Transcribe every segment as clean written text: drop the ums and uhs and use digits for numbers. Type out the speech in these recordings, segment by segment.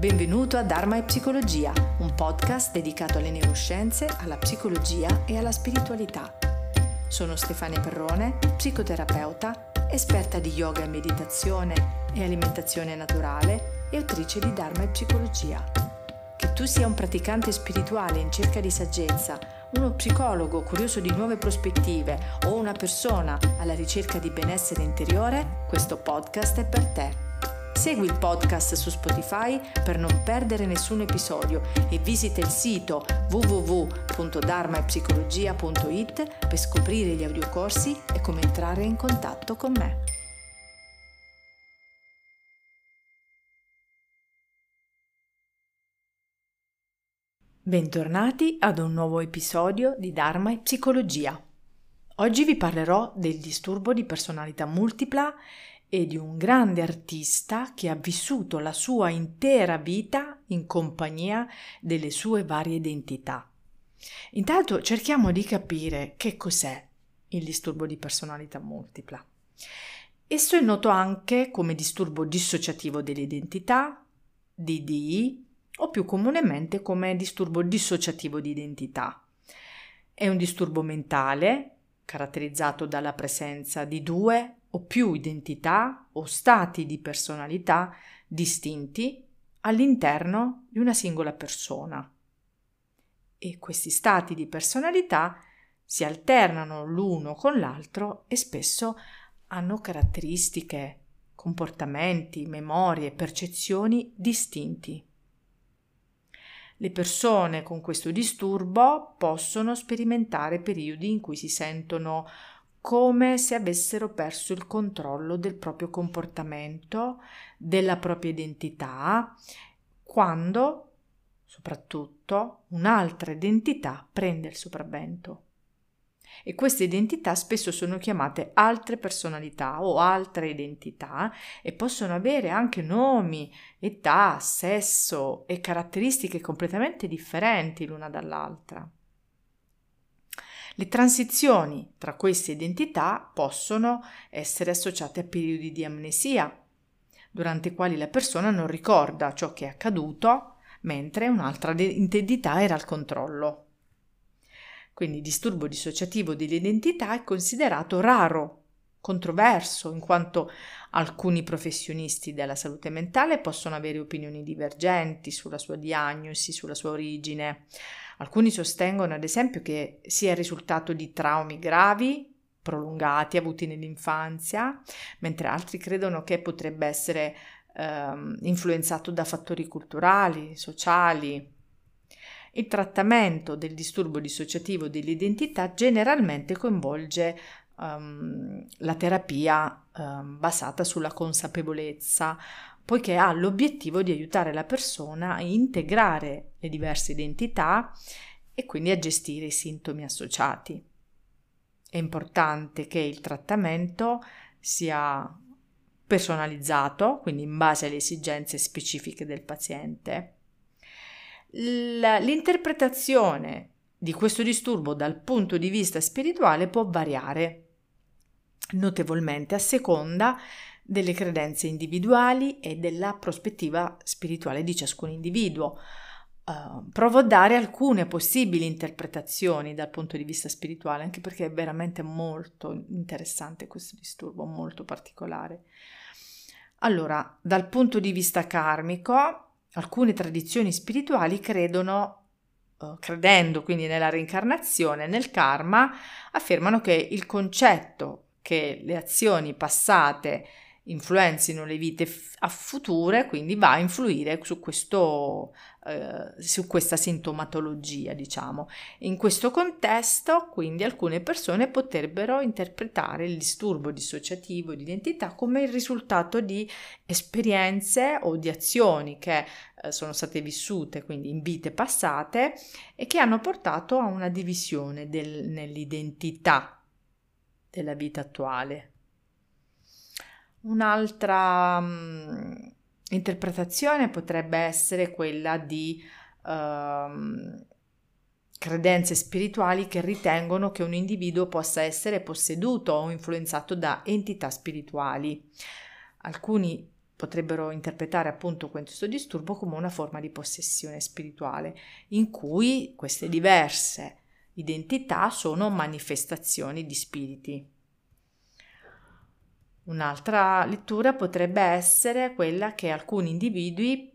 Benvenuto a Dharma e Psicologia, un podcast dedicato alle neuroscienze, alla psicologia e alla spiritualità. Sono Stefania Perrone, psicoterapeuta, esperta di yoga e meditazione e alimentazione naturale e autrice di Dharma e Psicologia. Che tu sia un praticante spirituale in cerca di saggezza, uno psicologo curioso di nuove prospettive o una persona alla ricerca di benessere interiore, questo podcast è per te. Segui il podcast su Spotify per non perdere nessun episodio e visita il sito www.dharmaepsicologia.it per scoprire gli audiocorsi e come entrare in contatto con me. Bentornati ad un nuovo episodio di Dharma e Psicologia. Oggi vi parlerò del disturbo di personalità multipla e di un grande artista che ha vissuto la sua intera vita in compagnia delle sue varie identità. Intanto cerchiamo di capire che cos'è il disturbo di personalità multipla. Esso è noto anche come disturbo dissociativo dell'identità, DDI, o più comunemente come disturbo dissociativo di identità. È un disturbo mentale caratterizzato dalla presenza di due o più identità o stati di personalità distinti all'interno di una singola persona. E questi stati di personalità si alternano l'uno con l'altro e spesso hanno caratteristiche, comportamenti, memorie, percezioni distinti. Le persone con questo disturbo possono sperimentare periodi in cui si sentono come se avessero perso il controllo del proprio comportamento, della propria identità, quando, soprattutto, un'altra identità prende il sopravvento. E queste identità spesso sono chiamate altre personalità o altre identità e possono avere anche nomi, età, sesso e caratteristiche completamente differenti l'una dall'altra. Le transizioni tra queste identità possono essere associate a periodi di amnesia, durante i quali la persona non ricorda ciò che è accaduto, mentre un'altra identità era al controllo. Quindi il disturbo dissociativo dell'identità è considerato raro, controverso, in quanto alcuni professionisti della salute mentale possono avere opinioni divergenti sulla sua diagnosi, sulla sua origine. Alcuni sostengono, ad esempio, che sia il risultato di traumi gravi, prolungati, avuti nell'infanzia, mentre altri credono che potrebbe essere influenzato da fattori culturali, sociali. Il trattamento del disturbo dissociativo dell'identità generalmente coinvolge la terapia basata sulla consapevolezza, poiché ha l'obiettivo di aiutare la persona a integrare le diverse identità e quindi a gestire i sintomi associati. È importante che il trattamento sia personalizzato, quindi in base alle esigenze specifiche del paziente. L'interpretazione di questo disturbo dal punto di vista spirituale può variare notevolmente a seconda delle credenze individuali e della prospettiva spirituale di ciascun individuo. Provo a dare alcune possibili interpretazioni dal punto di vista spirituale, anche perché è veramente molto interessante questo disturbo, molto particolare. Allora, dal punto di vista karmico, alcune tradizioni spirituali credendo quindi nella reincarnazione, nel karma, affermano che il concetto che le azioni passate influenzino le vite future, quindi va a influire su questa sintomatologia, diciamo. In questo contesto, quindi, alcune persone potrebbero interpretare il disturbo dissociativo di identità come il risultato di esperienze o di azioni che sono state vissute, quindi in vite passate, e che hanno portato a una divisione nell'identità della vita attuale. Un'altra interpretazione potrebbe essere quella di credenze spirituali che ritengono che un individuo possa essere posseduto o influenzato da entità spirituali. Alcuni potrebbero interpretare appunto questo disturbo come una forma di possessione spirituale, in cui queste diverse identità sono manifestazioni di spiriti. Un'altra lettura potrebbe essere quella che alcuni individui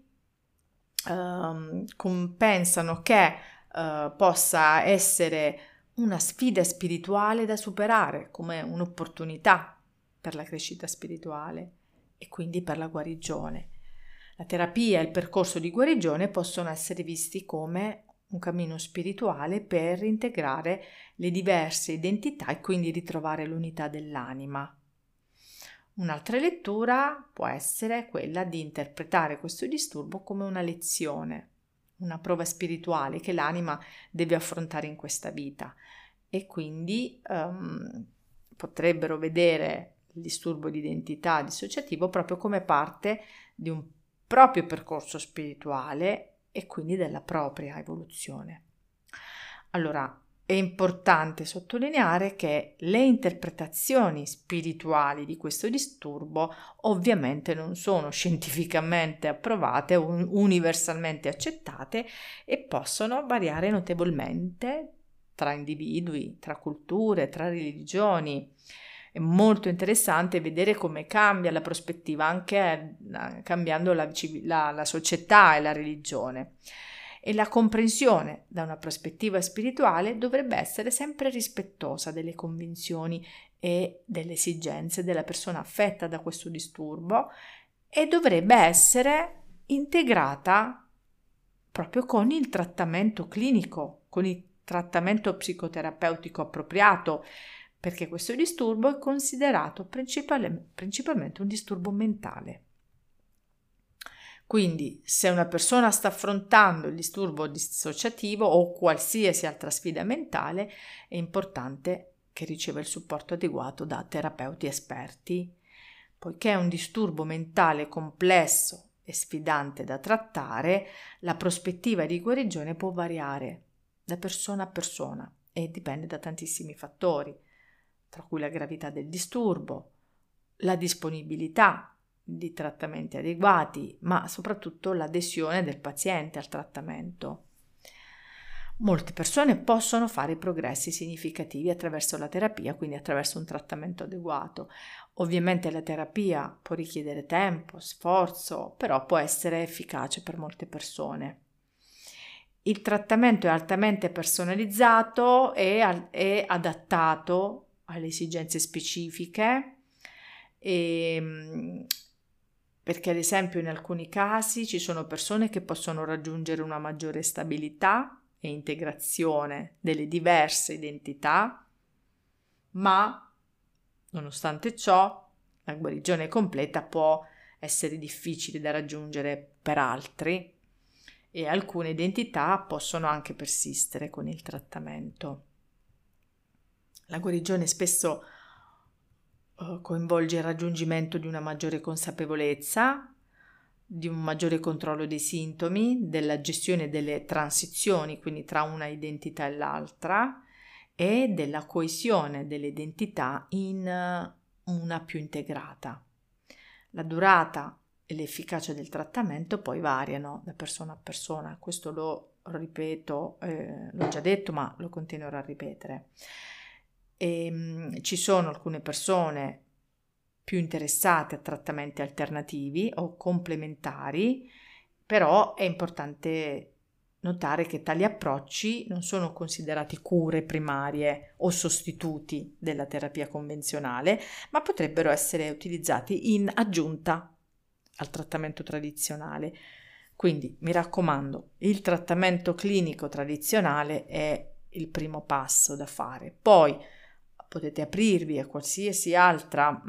pensano che possa essere una sfida spirituale da superare, come un'opportunità per la crescita spirituale e quindi per la guarigione. La terapia e il percorso di guarigione possono essere visti come un cammino spirituale per integrare le diverse identità e quindi ritrovare l'unità dell'anima. Un'altra lettura può essere quella di interpretare questo disturbo come una lezione, una prova spirituale che l'anima deve affrontare in questa vita e quindi potrebbero vedere il disturbo di identità dissociativo proprio come parte di un proprio percorso spirituale e quindi della propria evoluzione. Allora, è importante sottolineare che le interpretazioni spirituali di questo disturbo ovviamente non sono scientificamente approvate o universalmente accettate e possono variare notevolmente tra individui, tra culture, tra religioni. È molto interessante vedere come cambia la prospettiva anche cambiando la società e la religione. E la comprensione da una prospettiva spirituale dovrebbe essere sempre rispettosa delle convinzioni e delle esigenze della persona affetta da questo disturbo e dovrebbe essere integrata proprio con il trattamento clinico, con il trattamento psicoterapeutico appropriato, perché questo disturbo è considerato principalmente un disturbo mentale. Quindi, se una persona sta affrontando il disturbo dissociativo o qualsiasi altra sfida mentale, è importante che riceva il supporto adeguato da terapeuti esperti, poiché è un disturbo mentale complesso e sfidante da trattare, la prospettiva di guarigione può variare da persona a persona e dipende da tantissimi fattori, tra cui la gravità del disturbo, la disponibilità di trattamenti adeguati, ma soprattutto l'adesione del paziente al trattamento. Molte persone possono fare progressi significativi attraverso la terapia, quindi attraverso un trattamento adeguato. Ovviamente la terapia può richiedere tempo, sforzo, però può essere efficace per molte persone. Il trattamento è altamente personalizzato e adattato alle esigenze specifiche perché ad esempio in alcuni casi ci sono persone che possono raggiungere una maggiore stabilità e integrazione delle diverse identità, ma nonostante ciò la guarigione completa può essere difficile da raggiungere per altri e alcune identità possono anche persistere con il trattamento. La guarigione spesso coinvolge il raggiungimento di una maggiore consapevolezza, di un maggiore controllo dei sintomi, della gestione delle transizioni, quindi tra una identità e l'altra, e della coesione delle identità in una più integrata. La durata e l'efficacia del trattamento poi variano da persona a persona, questo lo ripeto, l'ho già detto ma lo continuerò a ripetere. Ci sono alcune persone più interessate a trattamenti alternativi o complementari, però è importante notare che tali approcci non sono considerati cure primarie o sostituti della terapia convenzionale, ma potrebbero essere utilizzati in aggiunta al trattamento tradizionale. Quindi mi raccomando, il trattamento clinico tradizionale è il primo passo da fare. Poi potete aprirvi a qualsiasi altra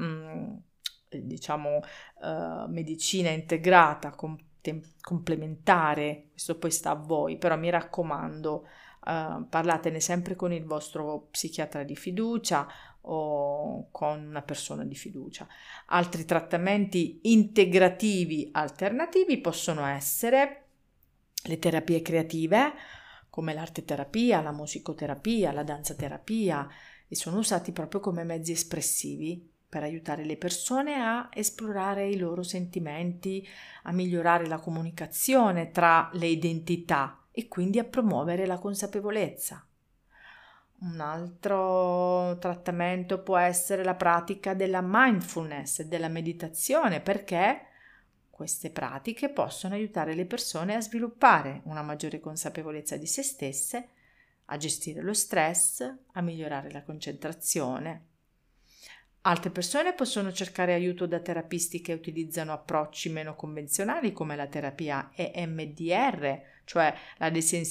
medicina integrata complementare, questo poi sta a voi, però mi raccomando, parlatene sempre con il vostro psichiatra di fiducia o con una persona di fiducia. Altri trattamenti integrativi alternativi possono essere le terapie creative, come l'arte terapia, la musicoterapia, la danza terapia, e sono usati proprio come mezzi espressivi per aiutare le persone a esplorare i loro sentimenti, a migliorare la comunicazione tra le identità e quindi a promuovere la consapevolezza. Un altro trattamento può essere la pratica della mindfulness e della meditazione, perché queste pratiche possono aiutare le persone a sviluppare una maggiore consapevolezza di se stesse, a gestire lo stress, a migliorare la concentrazione. Altre persone possono cercare aiuto da terapisti che utilizzano approcci meno convenzionali come la terapia EMDR, cioè la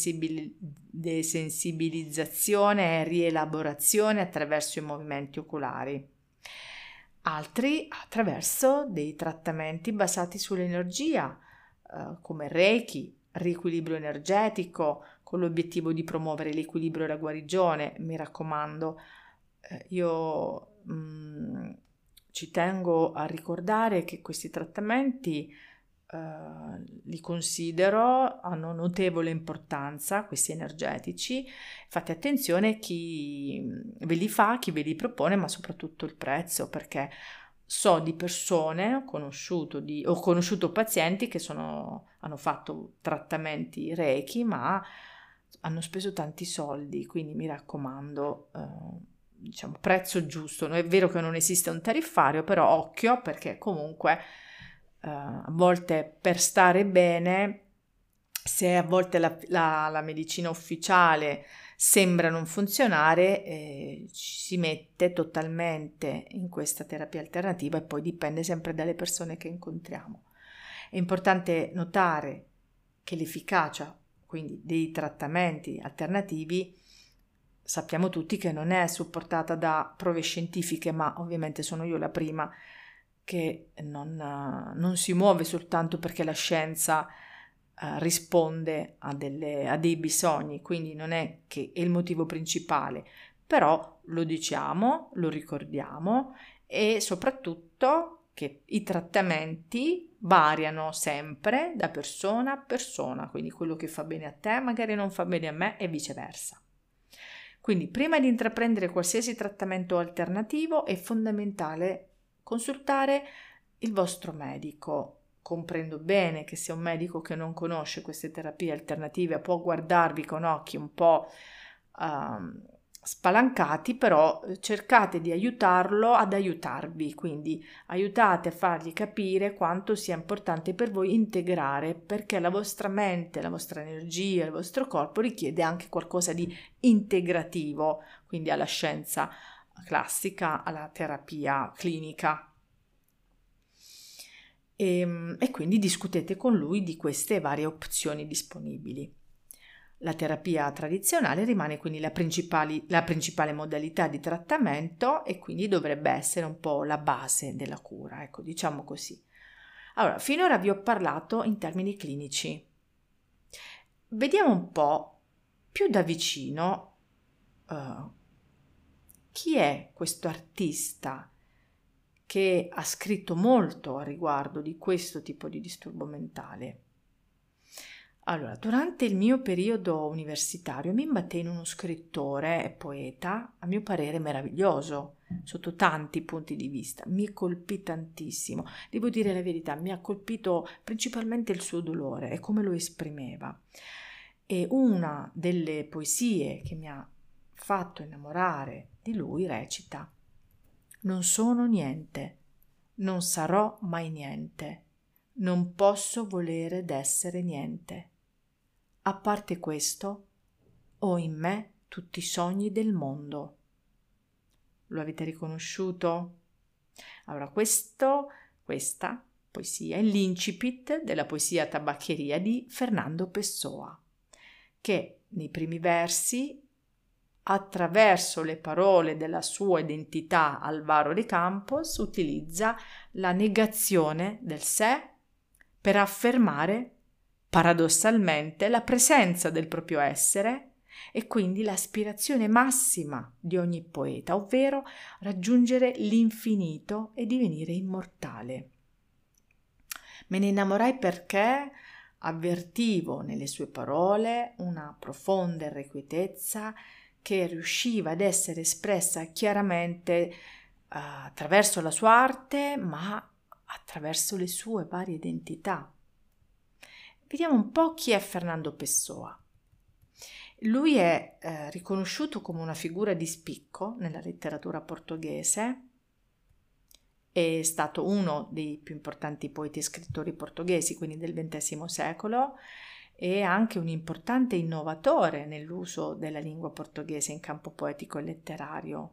desensibilizzazione e rielaborazione attraverso i movimenti oculari. Altri attraverso dei trattamenti basati sull'energia, come Reiki, riequilibrio energetico, con l'obiettivo di promuovere l'equilibrio e la guarigione. Mi raccomando, io ci tengo a ricordare che questi trattamenti li considero, hanno notevole importanza, questi energetici. Fate attenzione chi ve li fa, chi ve li propone, ma soprattutto il prezzo, perché so di persone, ho conosciuto pazienti che hanno fatto trattamenti Reiki, ma hanno speso tanti soldi, quindi mi raccomando, prezzo giusto. Non è vero che non esiste un tariffario, però occhio, perché comunque a volte per stare bene, se a volte la medicina ufficiale sembra non funzionare, ci si mette totalmente in questa terapia alternativa e poi dipende sempre dalle persone che incontriamo. È importante notare che l'efficacia, quindi dei trattamenti alternativi, sappiamo tutti che non è supportata da prove scientifiche, ma ovviamente sono io la prima che non si muove soltanto perché la scienza risponde a dei bisogni, quindi non è che è il motivo principale, però lo diciamo, lo ricordiamo e soprattutto che i trattamenti variano sempre da persona a persona, quindi quello che fa bene a te magari non fa bene a me e viceversa. Quindi prima di intraprendere qualsiasi trattamento alternativo è fondamentale consultare il vostro medico. Comprendo bene che se un medico che non conosce queste terapie alternative può guardarvi con occhi un po' spalancati, però cercate di aiutarlo ad aiutarvi, quindi aiutate a fargli capire quanto sia importante per voi integrare, perché la vostra mente, la vostra energia, il vostro corpo richiede anche qualcosa di integrativo, quindi alla scienza classica, alla terapia clinica. E quindi discutete con lui di queste varie opzioni disponibili. La terapia tradizionale rimane quindi la principale modalità di trattamento e quindi dovrebbe essere un po' la base della cura, ecco, diciamo così. Allora, finora vi ho parlato in termini clinici. Vediamo un po' più da vicino chi è questo artista che ha scritto molto a riguardo di questo tipo di disturbo mentale. Allora, durante il mio periodo universitario mi imbattei in uno scrittore e poeta, a mio parere meraviglioso, sotto tanti punti di vista. Mi colpì tantissimo. Devo dire la verità, mi ha colpito principalmente il suo dolore e come lo esprimeva. E una delle poesie che mi ha fatto innamorare di lui recita: «Non sono niente, non sarò mai niente, non posso volere d'essere niente. A parte questo, ho in me tutti i sogni del mondo». Lo avete riconosciuto? Allora, questa poesia è l'incipit della poesia Tabaccheria di Fernando Pessoa, che nei primi versi, attraverso le parole della sua identità Alvaro de Campos, utilizza la negazione del sé per affermare paradossalmente la presenza del proprio essere e quindi l'aspirazione massima di ogni poeta, ovvero raggiungere l'infinito e divenire immortale. Me ne innamorai perché avvertivo nelle sue parole una profonda irrequietezza che riusciva ad essere espressa chiaramente attraverso la sua arte, ma attraverso le sue varie identità. Vediamo un po' chi è Fernando Pessoa. Lui è riconosciuto come una figura di spicco nella letteratura portoghese, è stato uno dei più importanti poeti e scrittori portoghesi, quindi del XX secolo, e anche un importante innovatore nell'uso della lingua portoghese in campo poetico e letterario.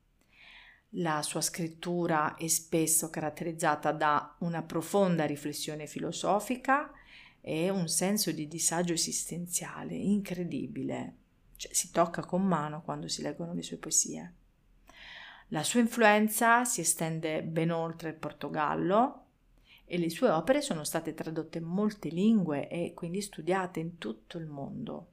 La sua scrittura è spesso caratterizzata da una profonda riflessione filosofica e un senso di disagio esistenziale incredibile, cioè si tocca con mano quando si leggono le sue poesie. La sua influenza si estende ben oltre il Portogallo e le sue opere sono state tradotte in molte lingue e quindi studiate in tutto il mondo.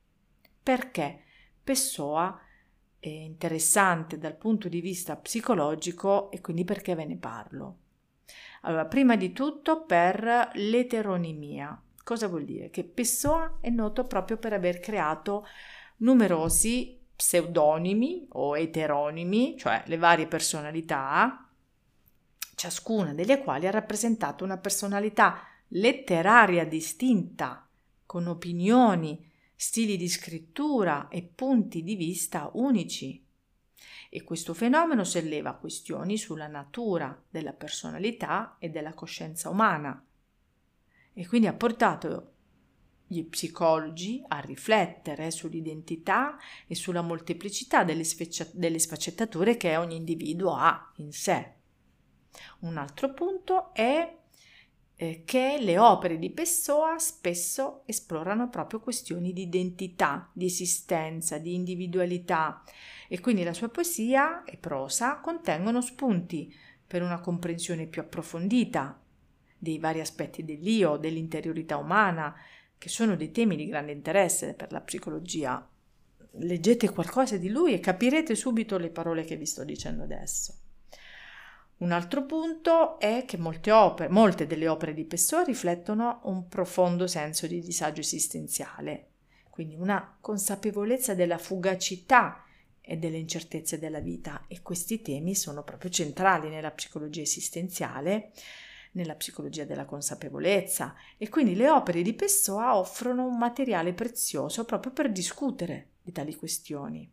Perché Pessoa è interessante dal punto di vista psicologico e quindi perché ve ne parlo? Allora, prima di tutto per l'eteronimia. Cosa vuol dire? Che Pessoa è noto proprio per aver creato numerosi pseudonimi o eteronimi, cioè le varie personalità, ciascuna delle quali ha rappresentato una personalità letteraria distinta, con opinioni, stili di scrittura e punti di vista unici. E questo fenomeno solleva questioni sulla natura della personalità e della coscienza umana e quindi ha portato gli psicologi a riflettere sull'identità e sulla molteplicità delle sfaccettature che ogni individuo ha in sé. Un altro punto è che le opere di Pessoa spesso esplorano proprio questioni di identità, di esistenza, di individualità e quindi la sua poesia e prosa contengono spunti per una comprensione più approfondita dei vari aspetti dell'io, dell'interiorità umana, che sono dei temi di grande interesse per la psicologia. Leggete qualcosa di lui e capirete subito le parole che vi sto dicendo adesso. Un altro punto è che molte delle opere di Pessoa riflettono un profondo senso di disagio esistenziale, quindi una consapevolezza della fugacità e delle incertezze della vita, e questi temi sono proprio centrali nella psicologia esistenziale, nella psicologia della consapevolezza, e quindi le opere di Pessoa offrono un materiale prezioso proprio per discutere di tali questioni.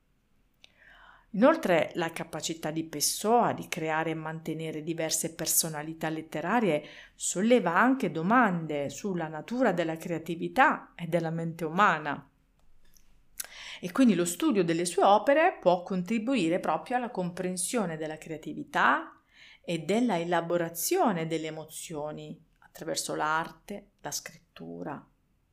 Inoltre la capacità di Pessoa di creare e mantenere diverse personalità letterarie solleva anche domande sulla natura della creatività e della mente umana. E quindi lo studio delle sue opere può contribuire proprio alla comprensione della creatività e della elaborazione delle emozioni attraverso l'arte, la scrittura.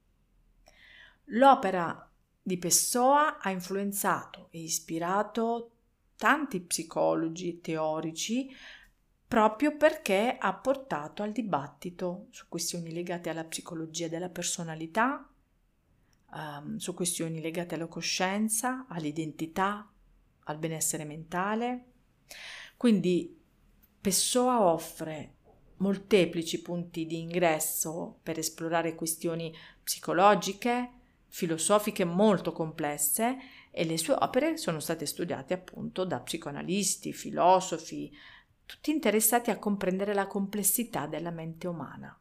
L'opera di Pessoa ha influenzato e ispirato tanti psicologi e teorici proprio perché ha portato al dibattito su questioni legate alla psicologia della personalità, su questioni legate alla coscienza, all'identità, al benessere mentale. Quindi Pessoa offre molteplici punti di ingresso per esplorare questioni psicologiche, filosofiche molto complesse, e le sue opere sono state studiate appunto da psicoanalisti, filosofi, tutti interessati a comprendere la complessità della mente umana.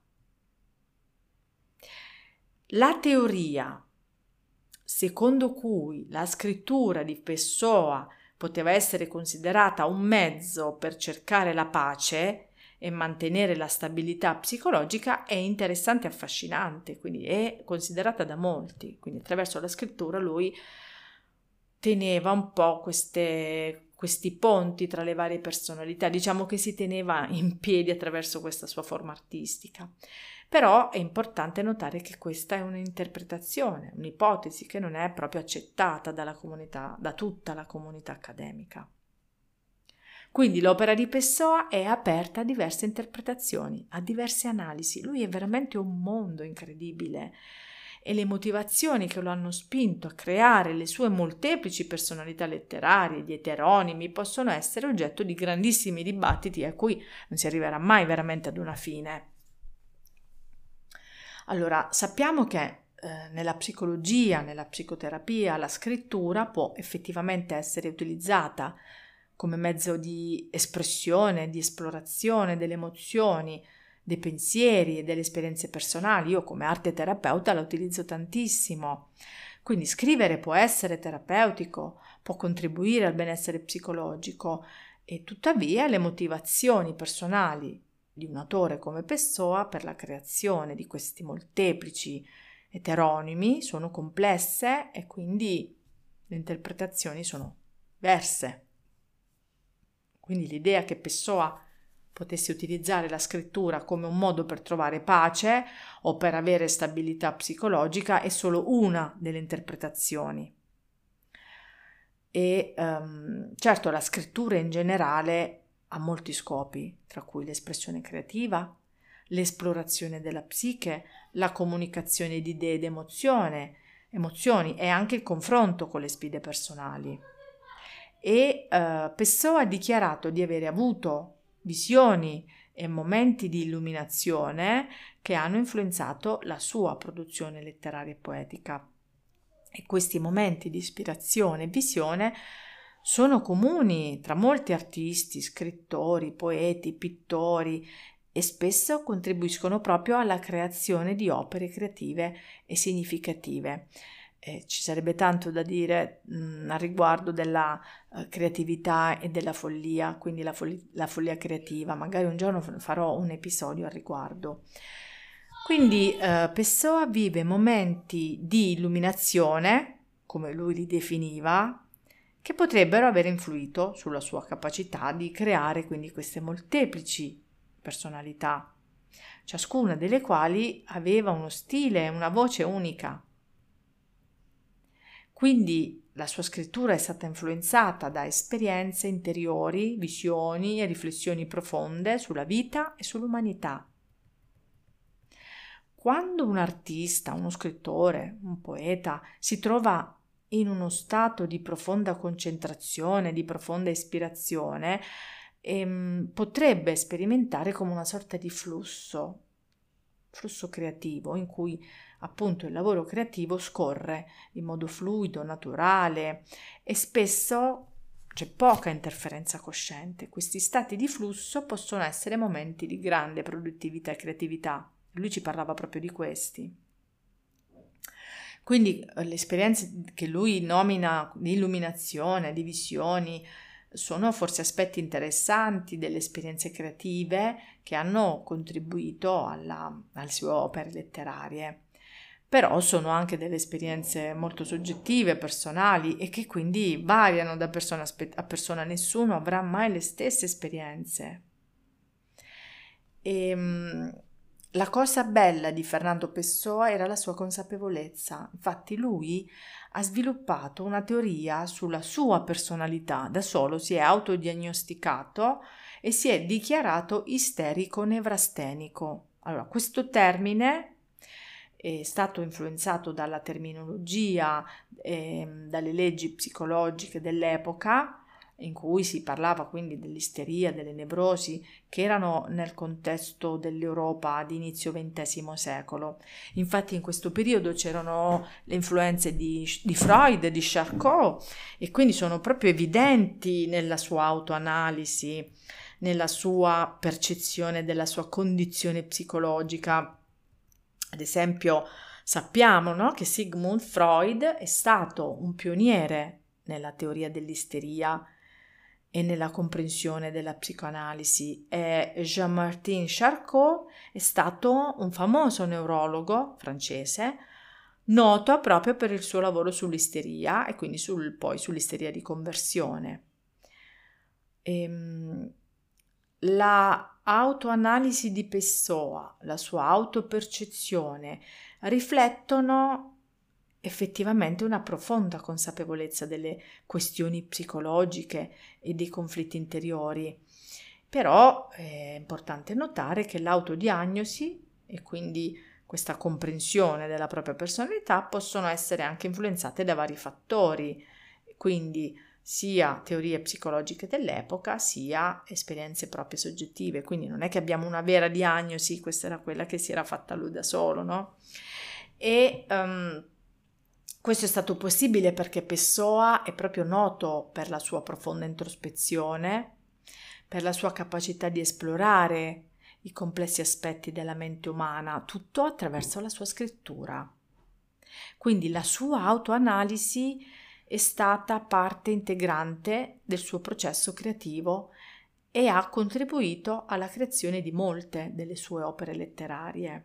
La teoria secondo cui la scrittura di Pessoa poteva essere considerata un mezzo per cercare la pace e mantenere la stabilità psicologica è interessante e affascinante, quindi è considerata da molti. Quindi attraverso la scrittura lui teneva un po' questi ponti tra le varie personalità, diciamo che si teneva in piedi attraverso questa sua forma artistica. Però è importante notare che questa è un'interpretazione, un'ipotesi che non è proprio accettata dalla comunità, da tutta la comunità accademica. Quindi l'opera di Pessoa è aperta a diverse interpretazioni, a diverse analisi. Lui è veramente un mondo incredibile e le motivazioni che lo hanno spinto a creare le sue molteplici personalità letterarie, gli eteronimi, possono essere oggetto di grandissimi dibattiti a cui non si arriverà mai veramente ad una fine. Allora, sappiamo che nella psicologia, nella psicoterapia, la scrittura può effettivamente essere utilizzata come mezzo di espressione, di esplorazione delle emozioni, dei pensieri e delle esperienze personali. Io come arte terapeuta la utilizzo tantissimo. Quindi scrivere può essere terapeutico, può contribuire al benessere psicologico e tuttavia le motivazioni personali di un autore come Pessoa per la creazione di questi molteplici eteronimi sono complesse e quindi le interpretazioni sono diverse. Quindi l'idea che Pessoa potesse utilizzare la scrittura come un modo per trovare pace o per avere stabilità psicologica è solo una delle interpretazioni. E certo la scrittura in generale ha molti scopi, tra cui l'espressione creativa, l'esplorazione della psiche, la comunicazione di idee ed emozioni e anche il confronto con le sfide personali. E Pessoa ha dichiarato di avere avuto visioni e momenti di illuminazione che hanno influenzato la sua produzione letteraria e poetica. E questi momenti di ispirazione e visione sono comuni tra molti artisti, scrittori, poeti, pittori e spesso contribuiscono proprio alla creazione di opere creative e significative. Ci sarebbe tanto da dire a riguardo della creatività e della follia, quindi la follia creativa. Magari un giorno farò un episodio al riguardo. Quindi Pessoa vive momenti di illuminazione, come lui li definiva, che potrebbero aver influito sulla sua capacità di creare quindi queste molteplici personalità, ciascuna delle quali aveva uno stile e una voce unica. Quindi la sua scrittura è stata influenzata da esperienze interiori, visioni e riflessioni profonde sulla vita e sull'umanità. Quando un artista, uno scrittore, un poeta si trova in uno stato di profonda concentrazione, di profonda ispirazione, potrebbe sperimentare come una sorta di flusso creativo in cui appunto il lavoro creativo scorre in modo fluido, naturale e spesso c'è poca interferenza cosciente. Questi stati di flusso possono essere momenti di grande produttività e creatività. Lui ci parlava proprio di questi. Quindi le esperienze che lui nomina di illuminazione, di visioni, sono forse aspetti interessanti delle esperienze creative che hanno contribuito alle sue opere letterarie. Però sono anche delle esperienze molto soggettive, personali e che quindi variano da persona a persona, nessuno avrà mai le stesse esperienze. La cosa bella di Fernando Pessoa era la sua consapevolezza. Infatti lui ha sviluppato una teoria sulla sua personalità, da solo si è autodiagnosticato e si è dichiarato isterico nevrastenico. Allora, questo termine è stato influenzato dalla terminologia, dalle leggi psicologiche dell'epoca, in cui si parlava quindi dell'isteria, delle nevrosi, che erano nel contesto dell'Europa di inizio XX secolo. Infatti in questo periodo c'erano le influenze di Freud, di Charcot, e quindi sono proprio evidenti nella sua autoanalisi, nella sua percezione della sua condizione psicologica. Ad esempio, sappiamo, no, che Sigmund Freud è stato un pioniere nella teoria dell'isteria e nella comprensione della psicoanalisi e Jean-Martin Charcot è stato un famoso neurologo francese noto proprio per il suo lavoro sull'isteria e quindi poi sull'isteria di conversione. La autoanalisi di Pessoa, la sua autopercezione riflettono effettivamente una profonda consapevolezza delle questioni psicologiche e dei conflitti interiori. Però è importante notare che l'autodiagnosi e quindi questa comprensione della propria personalità possono essere anche influenzate da vari fattori, quindi sia teorie psicologiche dell'epoca, sia esperienze proprie soggettive. Quindi non è che abbiamo una vera diagnosi, questa era quella che si era fatta lui da solo, no? E Questo è stato possibile perché Pessoa è proprio noto per la sua profonda introspezione, per la sua capacità di esplorare i complessi aspetti della mente umana, tutto attraverso la sua scrittura. Quindi la sua autoanalisi è stata parte integrante del suo processo creativo e ha contribuito alla creazione di molte delle sue opere letterarie.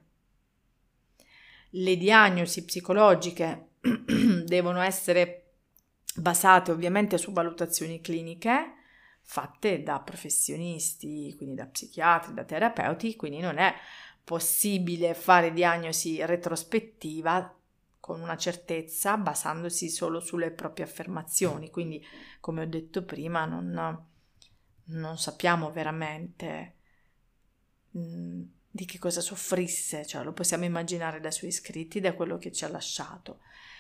Le diagnosi psicologiche devono essere basate ovviamente su valutazioni cliniche fatte da professionisti, quindi da psichiatri, da terapeuti, quindi non è possibile fare diagnosi retrospettiva con una certezza basandosi solo sulle proprie affermazioni, quindi come ho detto prima non sappiamo veramente di che cosa soffrisse, cioè lo possiamo immaginare dai suoi scritti, da quello che ci ha lasciato.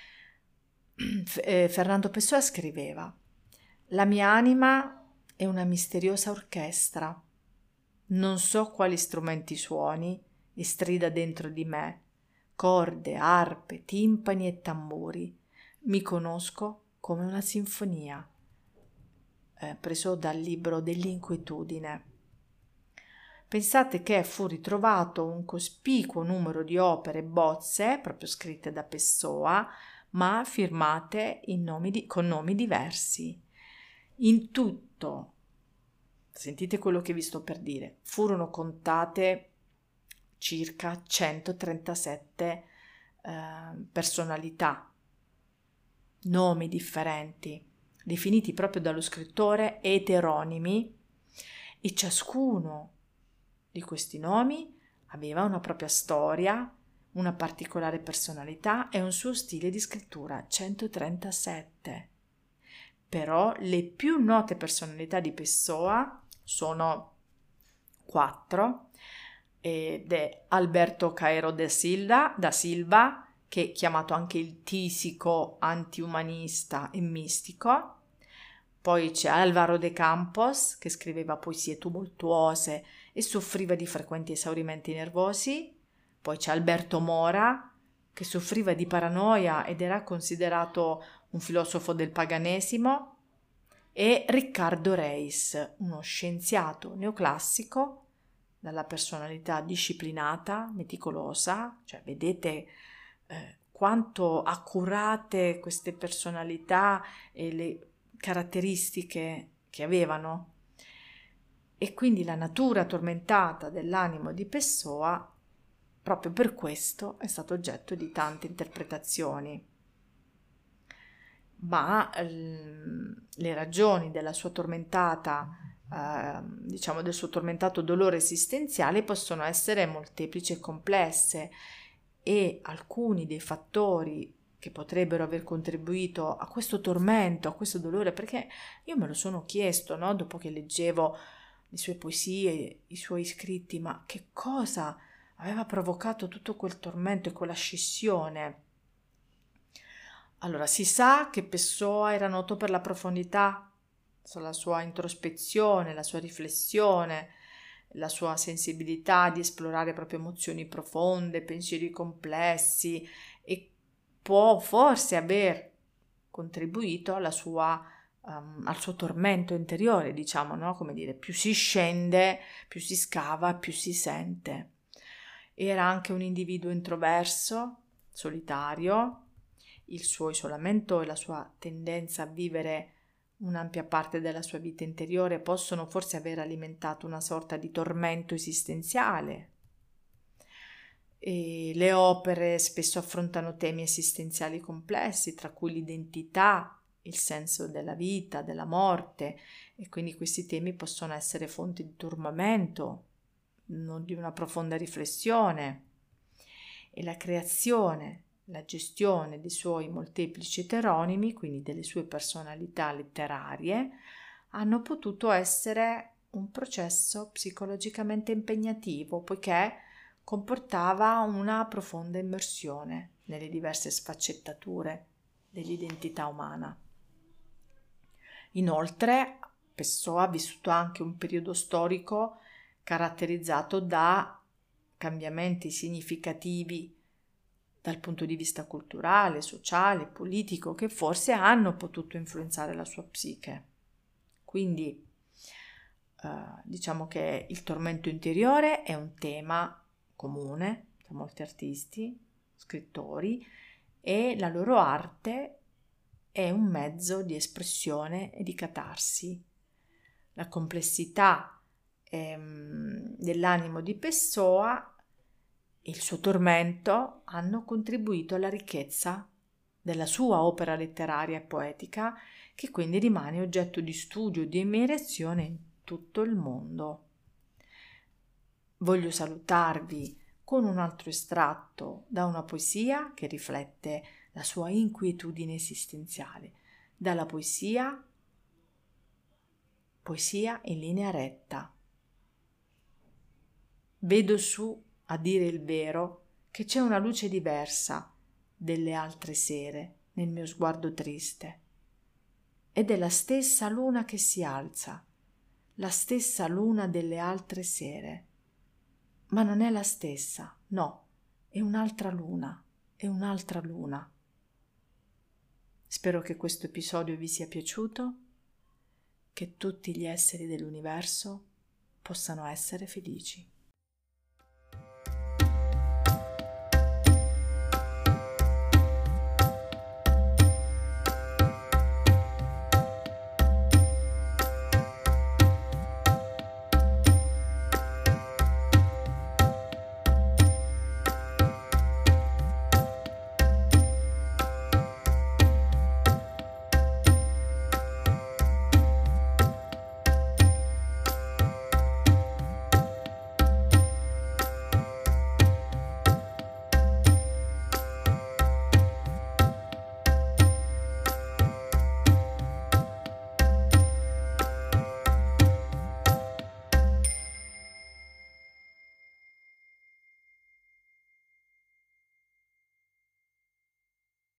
Fernando Pessoa scriveva: «La mia anima è una misteriosa orchestra. Non so quali strumenti suoni e strida dentro di me, corde, arpe, timpani e tamburi. Mi conosco come una sinfonia». Preso dal libro dell'inquietudine. Pensate che fu ritrovato un cospicuo numero di opere bozze, proprio scritte da Pessoa, ma firmate con nomi diversi. In tutto, sentite quello che vi sto per dire, furono contate circa 137 personalità, nomi differenti, definiti proprio dallo scrittore eteronimi, e ciascuno di questi nomi aveva una propria storia, una particolare personalità e un suo stile di scrittura. 137. Però le più note personalità di Pessoa sono 4, ed è Alberto Cairo da Silva, che è chiamato anche il tisico antiumanista e mistico. Poi c'è Álvaro de Campos, che scriveva poesie tumultuose e soffriva di frequenti esaurimenti nervosi. Poi c'è Alberto Mora, che soffriva di paranoia ed era considerato un filosofo del paganesimo, e Riccardo Reis, uno scienziato neoclassico dalla personalità disciplinata, meticolosa, cioè vedete quanto accurate queste personalità e le caratteristiche che avevano. E quindi la natura tormentata dell'animo di Pessoa, proprio per questo, è stato oggetto di tante interpretazioni. Ma le ragioni della sua tormentata, del suo tormentato dolore esistenziale possono essere molteplici e complesse, e alcuni dei fattori che potrebbero aver contribuito a questo tormento, a questo dolore, perché io me lo sono chiesto, no? Dopo che leggevo le sue poesie, i suoi scritti, ma che cosa aveva provocato tutto quel tormento e quella scissione? Allora, si sa che Pessoa era noto per la profondità, la sua introspezione, la sua riflessione, la sua sensibilità di esplorare proprio emozioni profonde, pensieri complessi, e può forse aver contribuito al suo tormento interiore, diciamo, no? Come dire, più si scende, più si scava, più si sente. Era anche un individuo introverso, solitario. Il suo isolamento e la sua tendenza a vivere un'ampia parte della sua vita interiore possono forse aver alimentato una sorta di tormento esistenziale. E le opere spesso affrontano temi esistenziali complessi, tra cui l'identità, il senso della vita, della morte, e quindi questi temi possono essere fonte di turbamento, non di una profonda riflessione. E la creazione, la gestione dei suoi molteplici eteronimi, quindi delle sue personalità letterarie, hanno potuto essere un processo psicologicamente impegnativo, poiché comportava una profonda immersione nelle diverse sfaccettature dell'identità umana. Inoltre, Pessoa ha vissuto anche un periodo storico caratterizzato da cambiamenti significativi dal punto di vista culturale, sociale, politico, che forse hanno potuto influenzare la sua psiche. Quindi diciamo che il tormento interiore è un tema comune tra molti artisti, scrittori, e la loro arte è un mezzo di espressione e di catarsi. La complessità dell'animo di Pessoa e il suo tormento hanno contribuito alla ricchezza della sua opera letteraria e poetica, che quindi rimane oggetto di studio e di ammirazione in tutto il mondo. Voglio salutarvi con un altro estratto da una poesia che riflette la sua inquietudine esistenziale, dalla poesia in linea retta. Vedo su, a dire il vero, che c'è una luce diversa delle altre sere nel mio sguardo triste. Ed è la stessa luna che si alza, la stessa luna delle altre sere. Ma non è la stessa, no, è un'altra luna, è un'altra luna. Spero che questo episodio vi sia piaciuto, che tutti gli esseri dell'universo possano essere felici.